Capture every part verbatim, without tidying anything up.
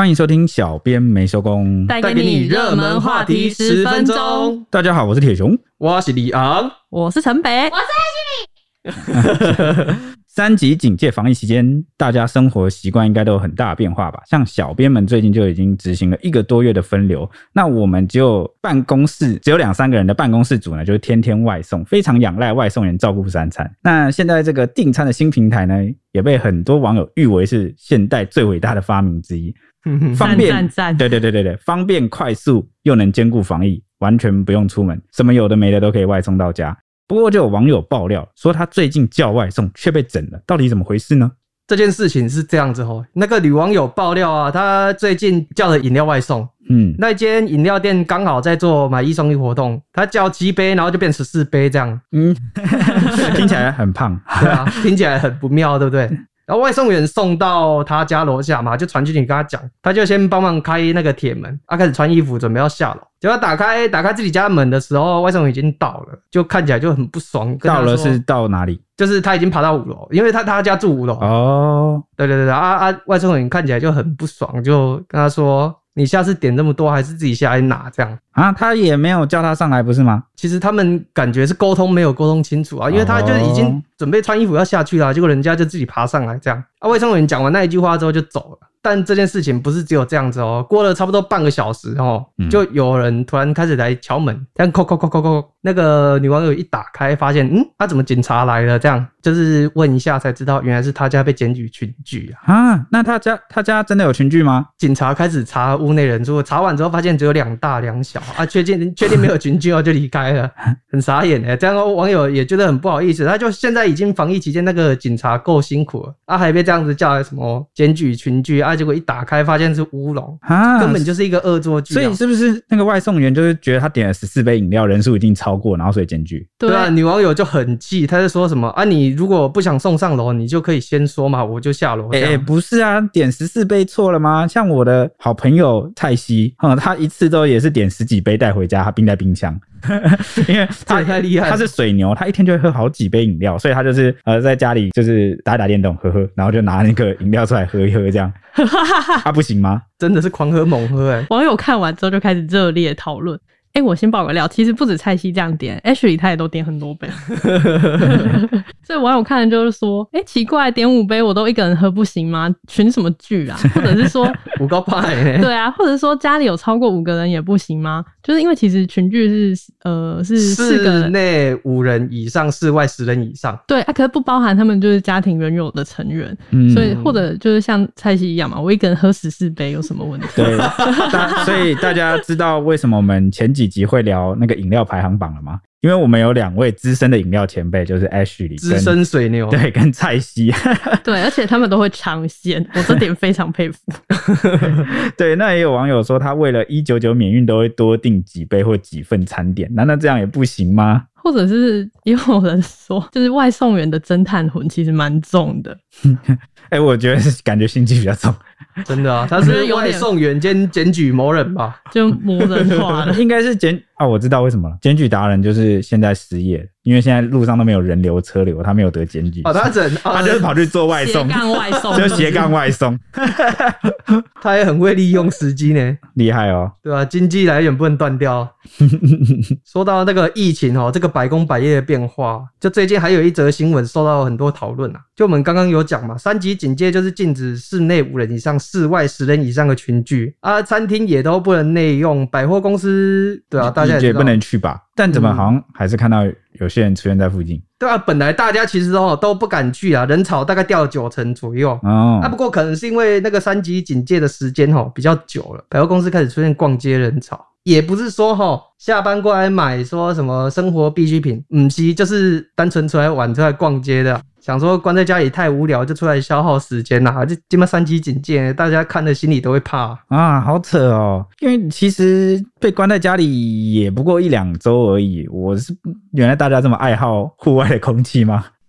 欢迎收听小编没收工， 带给你热门话题十分钟。 大家好，我是铁熊， 我是李昂， 我是陈北， 我是艾希里。三级警戒防疫期间，大家生活习惯应该都有很大的变化吧？像小编们最近就已经执行了一个多月的分流，那我们只有办公室只有两三个人的办公室组呢，就是天天外送，非常仰赖外送员照顾三餐。那现在这个订餐的新平台呢，也被很多网友誉为是现代最伟大的发明之一。方便， 赞赞赞， 对对对对对，方便快速又能兼顾防疫，完全不用出门，什么有的没的都可以外送到家。不过就有网友爆料说他最近叫外送却被整了，到底怎么回事呢？ 这件事情是这样子哦，那个女网友爆料啊，她最近叫了饮料外送，嗯，那间饮料店刚好在做买一送一活动，她叫七杯，然后就变十四杯这样，嗯， 听起来很胖， 对啊，听起来很不妙，对不对？然后外送员送到他家楼下嘛，就传讯息跟他讲，他就先帮忙开那个铁门，他开始穿衣服准备要下楼，结果打开打开自己家门的时候，外送员已经到了，就看起来就很不爽。 到了是到哪里？就是他已经爬到五楼，因为他他家住五楼。 哦， 对对对啊啊！外送员看起来就很不爽，就跟他说：“你下次点这么多，还是自己下来拿这样啊？”他也没有叫他上来，不是吗？ 其实他们感觉是沟通没有沟通清楚啊，因为他就已经准备穿衣服要下去了，结果人家就自己爬上来这样。啊，外送员讲完那一句话之后就走了。但这件事情不是只有这样子哦，过了差不多半个小时哦，嗯、就有人突然开始来敲门，这样叩叩叩叩叩，那个女网友一打开，发现嗯，他、啊、怎么警察来了？这样就是问一下才知道，原来是他家被检举群聚啊！ 啊，那他家他家真的有群聚吗？ 警察开始查屋内人数，查完之后发现只有两大两小啊，确定确定没有群聚哦，就离开了，很傻眼哎！这样网友也觉得很不好意思，他就现在已经防疫期间，那个警察够辛苦了，啊，还被这样子叫来什么检举群聚啊？结果一打开发现是乌龙，根本就是一个恶作剧、啊。 所以是不是那个外送员就是觉得他点了十四杯饮料，人数已经超过，然后所以检举？ 对啊，女网友就很气，她就说什么啊，你如果不想送上楼，你就可以先说嘛，我就下楼。哎、 欸，不是啊，点十四杯错了吗？像我的好朋友蔡西，嗯，他一次都也是点十几杯带回家，他冰在冰箱。因为他太厉害了， 他是水牛，他一天就会喝好几杯饮料，所以他就是呃在家里就是打打电动喝喝，然后就拿那个饮料出来喝一喝这样。他、啊、不行吗？ 真的是狂喝猛喝哎、欸！ 网友看完之后就开始热烈讨论。哎、欸，我先爆个料，其实不止蔡西这样点 ，Ashley 他也都点很多杯，所以网友看了就是说，哎、欸，奇怪，点五杯我都一个人喝不行吗？群什么剧啊？或者是说五高派、欸， 对啊，或者是说家里有超过五个人也不行吗？就是因为其实群聚是呃是四个人， 室内五人以上，室外十人以上， 对啊，可是不包含他们就是家庭原有的成员，嗯、所以或者就是像蔡西一样嘛，我一个人喝十四杯有什么问题？ 对，所以大家知道为什么我们前几集会聊那个饮料排行榜了吗？因为我们有两位资深的饮料前辈，就是 Ashley 资深水牛， 对，跟蔡西， 对，而且他们都会尝鲜，我这点非常佩服。 对，那也有网友说，他为了一九九免运都会多订几杯或几份餐点，难道这样也不行吗？ 或者是也有人说，就是外送员的侦探魂其实蛮重的。 哎、欸，我觉得是感觉心机比较重， 真的啊，他是外送员兼检举某人吧， 就魔人化了。 应该是检啊，我知道为什么了，检举达人就是现在失业，因为现在路上都没有人流车流，他没有得检举。 哦，他整、哦、 他就是跑去做外送， 斜杠外送， 就斜杠外送。 他也很会利用时机呢， 厉害哦。 对啊，经济来源不能断掉。说到那个疫情哦，这个百工百业的变化，就最近还有一则新闻受到很多讨论啊。就我们刚刚有讲嘛，三级警戒就是禁止室内五人以上、室外十人以上的群聚啊，餐厅也都不能内用，百货公司对啊，大家也也不能去吧？但怎么好像还是看到有些人出现在附近？嗯、 对啊，本来大家其实都都不敢去啊，人潮大概掉了九成左右。哦，啊，不过可能是因为那个三级警戒的时间哦比较久了，百货公司开始出现逛街人潮。也不是说齁下班过来买说什么生活必需品，不是，就是单纯出来玩出来逛街的，想说关在家里太无聊就出来消耗时间啦，就这么三级警戒，大家看的心里都会怕啊，好扯哦。因为其实被关在家里也不过一两周而已，我是原来大家这么爱好户外的空气吗？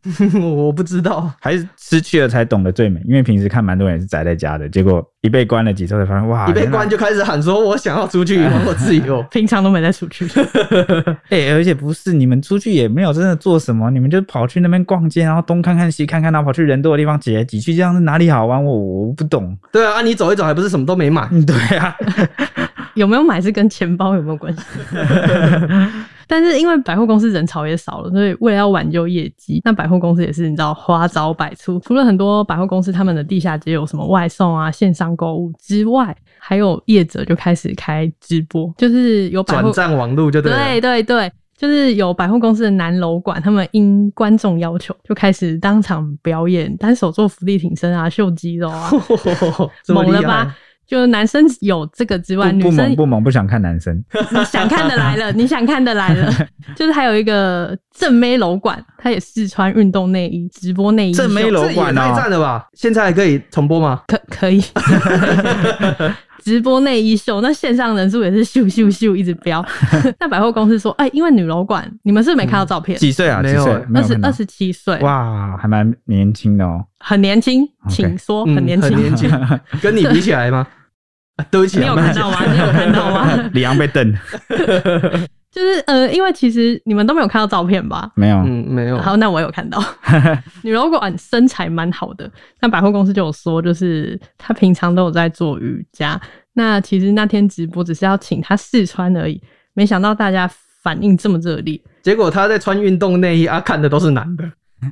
我不知道， 还是失去了才懂得最美。因为平时看蛮多人也是宅在家的，结果一被关了几周才发现，哇， 一被关就开始喊说我想要出去，让我自由。 平常都没在出去。 哎、欸，而且不是你们出去也没有真的做什么，你们就跑去那边逛街，然后东看看西看看，然后跑去人多的地方挤来挤去，这样是哪里好玩？我我不懂。 对啊，你走一走还不是什么都没买？ 嗯，对啊。 有没有买是跟钱包有没有关系？但是因为百货公司人潮也少了，所以为了要挽救业绩，那百货公司也是你知道花招百出。除了很多百货公司他们的地下街有什么外送啊、线上购物之外，还有业者就开始开直播，就是有百货转战网路就对了。 对对对，就是有百货公司的男楼馆，他们因观众要求就开始当场表演单手做伏地挺身啊、秀肌肉啊，猛了吧？就男生有这个之外， 不女生不猛不猛，不想看男生。 你想看的来了，你想看的来了。就是还有一个正妹楼馆，他也试穿运动内衣，直播内衣秀。 正妹楼馆哦，太赞了吧！现在还可以重播吗？ 可可以。直播内衣秀，那线上人数也是咻咻咻一直飙。那百货公司说，哎、欸，因为女楼馆，你们是不是没看到照片？ 嗯、几岁啊？ 没有， 二十二十七岁。 哇，还蛮年轻的哦。 很年轻，请说， okay. 很年轻、 嗯，很年轻，跟你比起来吗？对不起， 你有看到吗？你有看到吗？ 李阳被瞪。 就是呃，因为其实你们都没有看到照片吧？ 没有， 嗯，没有。 好，那我有看到。女楼馆身材蛮好的，那百货公司就有说，就是她平常都有在做瑜伽。那其实那天直播只是要请她试穿而已，没想到大家反应这么热烈。 结果她在穿运动内衣啊，看的都是男的。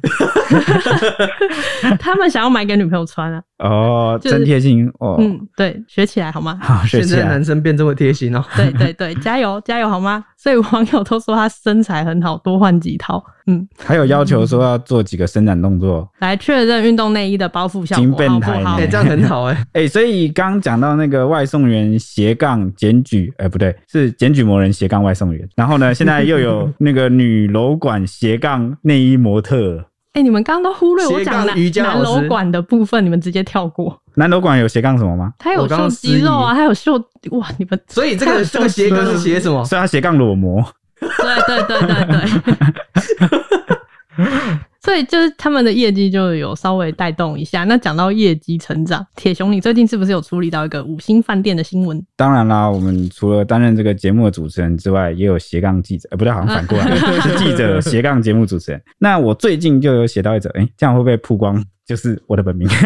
他们想要买给女朋友穿啊！ 哦， 就是、 真贴心哦。 嗯，对，学起来好吗？ 好，学起来。 现在男生变这么贴心哦。 对对对，加油加油好吗？所以网友都说他身材很好，多换几套。嗯， 还有要求说要做几个伸展动作， 来确认运动内衣的包覆效果， 金变态好不好？ 哎、欸，这样很好哎、欸。 哎、欸，所以刚刚讲到那个外送员斜杠检举，哎、欸，不对，是检举魔人斜杠外送员。然后呢，现在又有那个女楼管斜杠内衣模特。 哎、欸，你们刚刚都忽略我讲男男楼管的部分，你们直接跳过。 男楼管有斜杠什么吗？ 他有秀肌肉啊，他有秀哇！你们所以这个这个斜杠是斜什么？ 所以他斜杠裸模。 对对对对对。所以就是他们的业绩就有稍微带动一下。那讲到业绩成长，铁雄你最近是不是有处理到一个五星饭店的新闻？ 当然啦，我们除了担任这个节目的主持人之外，也有斜杠记者，呃，不对，好像反过来是记者斜杠节目主持人。那我最近就有写到一则，哎、欸，这样会不会曝光？就是我的本名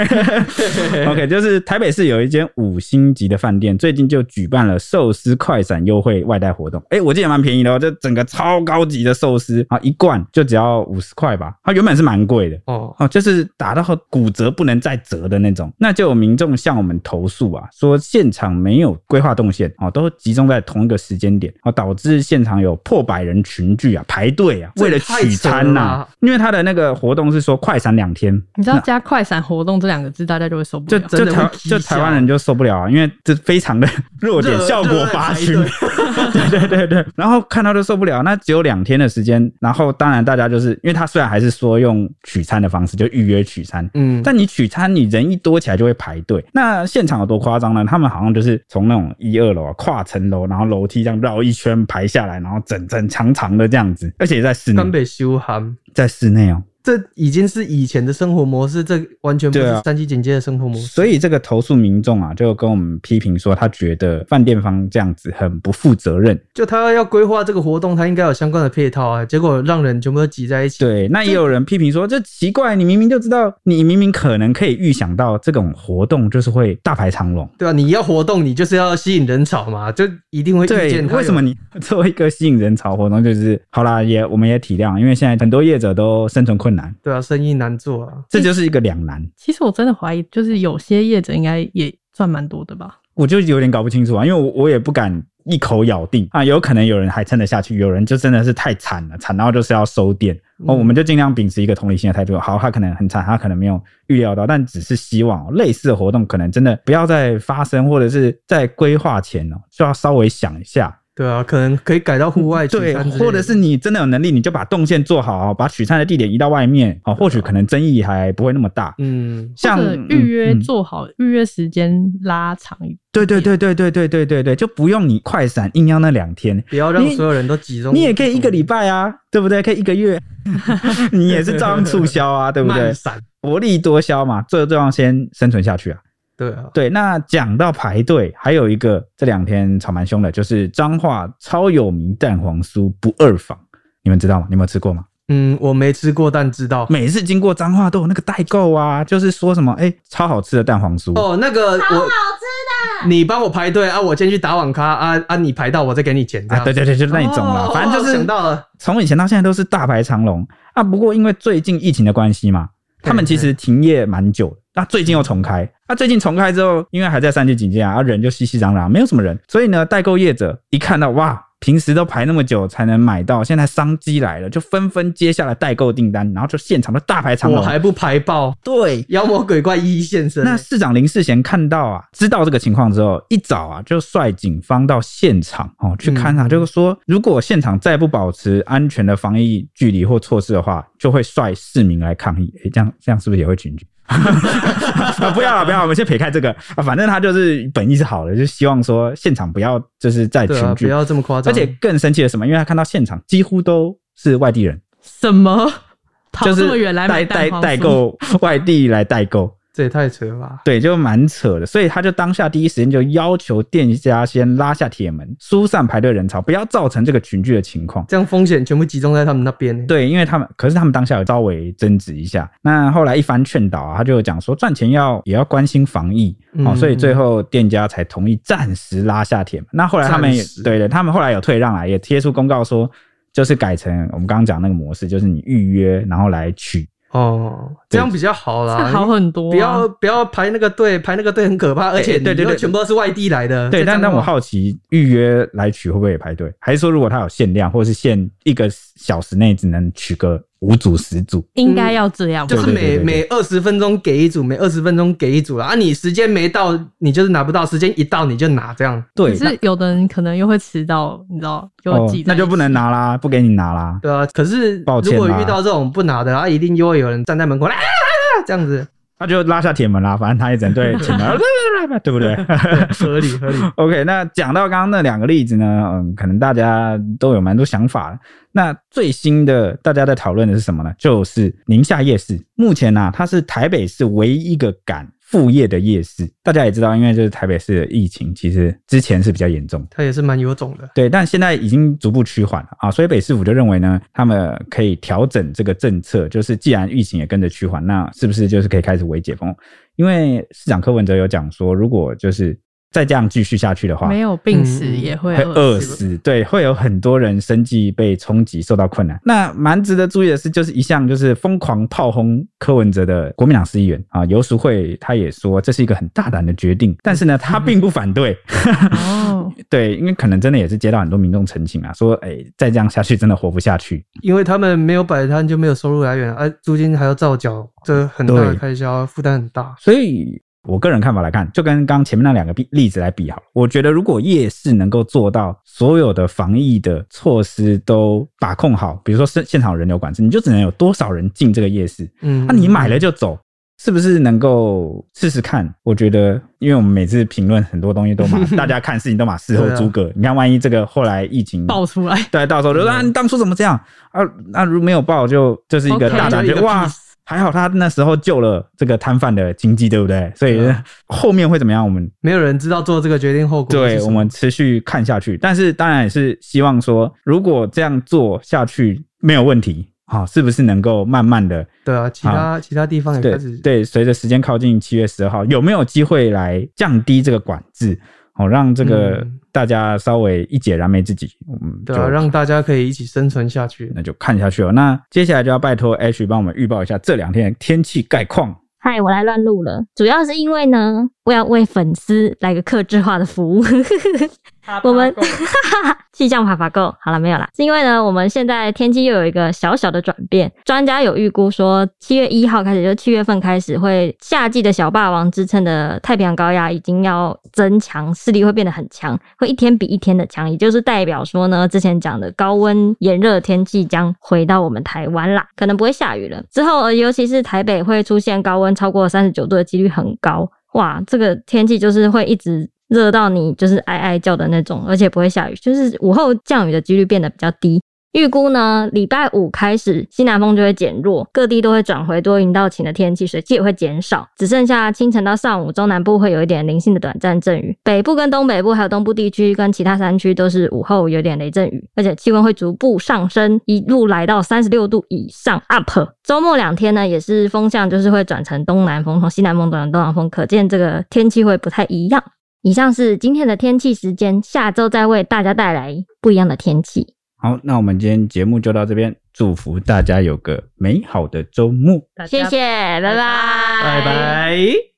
OK， 就是台北市有一间五星级的饭店，最近就举办了寿司快闪优惠外带活动。哎、欸，我记得蛮便宜的哦，就整个超高级的寿司啊，一罐就只要五十块吧。它原本是蛮贵的哦，哦，就是打到骨折不能再折的那种。那就有民众向我们投诉啊，说现场没有规划动线哦，都集中在同一个时间点，哦，导致现场有破百人群聚啊，排队啊，为了取餐呐、啊。因为他的那个活动是说快闪两天， 你知道加快闪活动这两个字，大家就会受不了。 就就台就台湾人就受不了啊，因为这非常的弱点，效果拔群。对对对对，然后看到就受不了。那只有两天的时间，然后当然大家就是因为他虽然还是说用取餐的方式，就预约取餐，嗯，但你取餐你人一多起来就会排队。那现场有多夸张呢？他们好像就是从那种一二楼啊跨层楼，然后楼梯这样绕一圈排下来，然后整整长长的这样子，而且在室内。 根本修涵在室内哦。 这已经是以前的生活模式，这完全不是三级警戒的生活模式。 啊、所以这个投诉民众啊，就跟我们批评说，他觉得饭店方这样子很不负责任。 就他要规划这个活动，他应该有相关的配套啊，结果让人全部都挤在一起。 对，那也有人批评说，这奇怪，你明明就知道，你明明可能可以预想到这种活动就是会大排长龙。 对啊，你要活动，你就是要吸引人潮嘛，就一定会遇见他。 为什么你做一个吸引人潮活动，就是好啦，也我们也体谅，因为现在很多业者都生存困难。 对啊，生意难做啊， 这就是一个两难。 其实我真的怀疑，就是有些业者应该也赚蛮多的吧。 我就有点搞不清楚啊，因为我我也不敢一口咬定啊，有可能有人还撑得下去，有人就真的是太惨了，惨到就是要收店。哦，我们就尽量秉持一个同理心的态度。好，他可能很惨，他可能没有预料到，但只是希望、哦、类似的活动可能真的不要再发生，或者是在规划前哦，就要稍微想一下。 对啊，可能可以改到户外取餐之类的， 对，或者是你真的有能力，你就把动线做好，把取餐的地点移到外面，哦，或许可能争议还不会那么大。 嗯， 像预约做好，预约时间拉长一点。 对对对对对对对对对，就不用你快闪硬要那两天， 不要让所有人都集中。 你也可以一个礼拜啊，对不对？可以一个月，你也是照样促销啊，对不对？ 慢闪， 薄利多销嘛，最重要先生存下去啊。 对啊， 对。那讲到排队，还有一个这两天吵蛮凶的，就是彰化超有名蛋黄酥不二坊，你们知道吗？你有没有吃过吗？ 嗯，我没吃过，但知道每次经过彰化都有那个代购啊，就是说什么哎、欸，超好吃的蛋黄酥哦，那个超好吃的， 你帮我排队啊，我先去打网咖啊啊，你排到我再给你钱，这样、 啊、对对对，就是那一种啦、 哦、 反正就是想到了， 从以前到现在都是大排长龙啊。不过因为最近疫情的关系嘛，他们其实停业蛮久的，那最近又重开。那、啊、最近重开之后，因为还在三级警戒啊，人就熙熙攘攘，没有什么人，所以呢，代购业者一看到哇，平时都排那么久才能买到，现在商机来了，就纷纷接下了代购订单，然后就现场的大排长龙， 我还不排爆， 对， 妖魔鬼怪一一现身。 那市长林世贤看到啊，知道这个情况之后，一早啊就率警方到现场哦去勘察，嗯、就是说，如果现场再不保持安全的防疫距离或措施的话，就会率市民来抗议。诶，这样这样是不是也会群聚？不要了，不要，我们先撇开这个啊。反正他就是本意是好的，就希望说现场不要就是在群聚， 啊、不要这么夸张。 而且更生气的是什么？因为他看到现场几乎都是外地人， 什么？ 就是跑这么远来买蛋黄酥， 代购外地来代购。 这也太扯了吧。 对，就蛮扯的，所以他就当下第一时间就要求店家先拉下铁门，疏散排队人潮，不要造成这个群聚的情况， 这样风险全部集中在他们那边。 对，因为他们可是他们当下有稍微争执一下，那后来一番劝导啊，他就讲说赚钱要也要关心防疫、嗯哦、所以最后店家才同意暂时拉下铁门。那后来他们也对对，他们后来有退让啊，也贴出公告说就是改成我们刚刚讲那个模式，就是你预约然后来取。 哦，这样比较好啦， 好很多、啊。 不要不要排那个队，排那个队很可怕，而且对对对，全部都是外地来的。 对，但但我好奇，预约来取会不会也排队？还是说如果它有限量，或是限一个小时内只能取个五组十组？ 应该要这样， 嗯、就是每每二十分钟给一组，每二十分钟给一组啦。啊，你时间没到，你就是拿不到；时间一到，你就拿这样。 对， 可是有的人可能又会迟到，你知道，就会记、 哦，那就不能拿啦，不给你拿啦。 对啊，可是如果遇到这种不拿的，啊，一定又会有人站在门口来。这样子， 他就拉下铁门啦，反正他也只能对铁门，对不对？ 合理合理。 OK， 那讲到刚刚那两个例子呢，嗯，可能大家都有蛮多想法的。那最新的大家在讨论的是什么呢？就是宁夏夜市，目前啊，它是台北市唯一一个敢复业的夜市。大家也知道，因为就是台北市的疫情，其实之前是比较严重， 它也是蛮有种的。 对，但现在已经逐步趋缓了啊，所以北市府就认为呢，他们可以调整这个政策，就是既然疫情也跟着趋缓，那是不是就是可以开始微解封？因为市长柯文哲有讲说，如果就是再这样继续下去的话， 没有病死也会会饿死，对，会有很多人生计被冲击，受到困难。那蛮值得注意的是，就是一项就是疯狂炮轰柯文哲的国民党市议员啊，游淑慧他也说这是一个很大胆的决定，但是呢，他并不反对。哦，对，因为可能真的也是接到很多民众陈情啊，说哎、欸，再这样下去真的活不下去， 因为他们没有摆摊就没有收入来源啊，租金还要照缴，这很大的开销，负担很大， 所以。我个人看法来看，就跟刚刚前面那两个例子来比好了，我觉得如果夜市能够做到所有的防疫的措施都把控好，比如说现场人流管制，你就只能有多少人进这个夜市，嗯，那、啊、你买了就走，是不是能够试试看？我觉得，因为我们每次评论很多东西都嘛，大家看事情都嘛事后诸葛、啊。你看，万一这个后来疫情爆出来， 对，到时候就说、啊、你当初怎么这样啊？那如果没有爆，就就是一个大胆觉得、okay, 哇。还好他那时候救了这个摊贩的经济，对不对？所以后面会怎么样？我们没有人知道做这个决定后果。 对，我们持续看下去。但是当然也是希望说，如果这样做下去没有问题，好，是不是能够慢慢的？ 对啊，其他其他地方也开始对, 对，随着时间靠近七月十二号，有没有机会来降低这个管制？好，让这个大家稍微一解燃眉之急。嗯， 对啊，让大家可以一起生存下去。 那就看下去了。那接下来就要拜托 Ash 帮我们预报一下这两天的天气概况。 嗨，我来乱录了，主要是因为呢，我要为粉丝来个客制化的服务。 我们气象爬爬够好了没有啦？是因为呢，我们现在天气又有一个小小的转变，专家有预估说，七月一号开始，就七月份开始，会夏季的小霸王之称的太平洋高压已经要增强，势力会变得很强，会一天比一天的强，也就是代表说呢，之前讲的高温炎热天气将回到我们台湾啦，可能不会下雨了。之后，尤其是台北会出现高温超过三十九度的几率很高，哇，这个天气就是会一直热到你就是哀哀叫的那种，而且不会下雨，就是午后降雨的几率变得比较低。预估呢，礼拜五开始西南风就会减弱，各地都会转回多云到晴的天气，水汽也会减少，只剩下清晨到上午中南部会有一点零星的短暂阵雨，北部跟东北部还有东部地区跟其他山区都是午后有点雷阵雨，而且气温会逐步上升，一路来到三十六度以上 up。 周末两天呢也是风向就是会转成东南风，从西南风转成东南风，可见这个天气会不太一样。以上是今天的天气时间，下周再为大家带来不一样的天气。 好，那我们今天节目就到这边，祝福大家有个美好的周末。 谢谢，拜拜， 拜拜。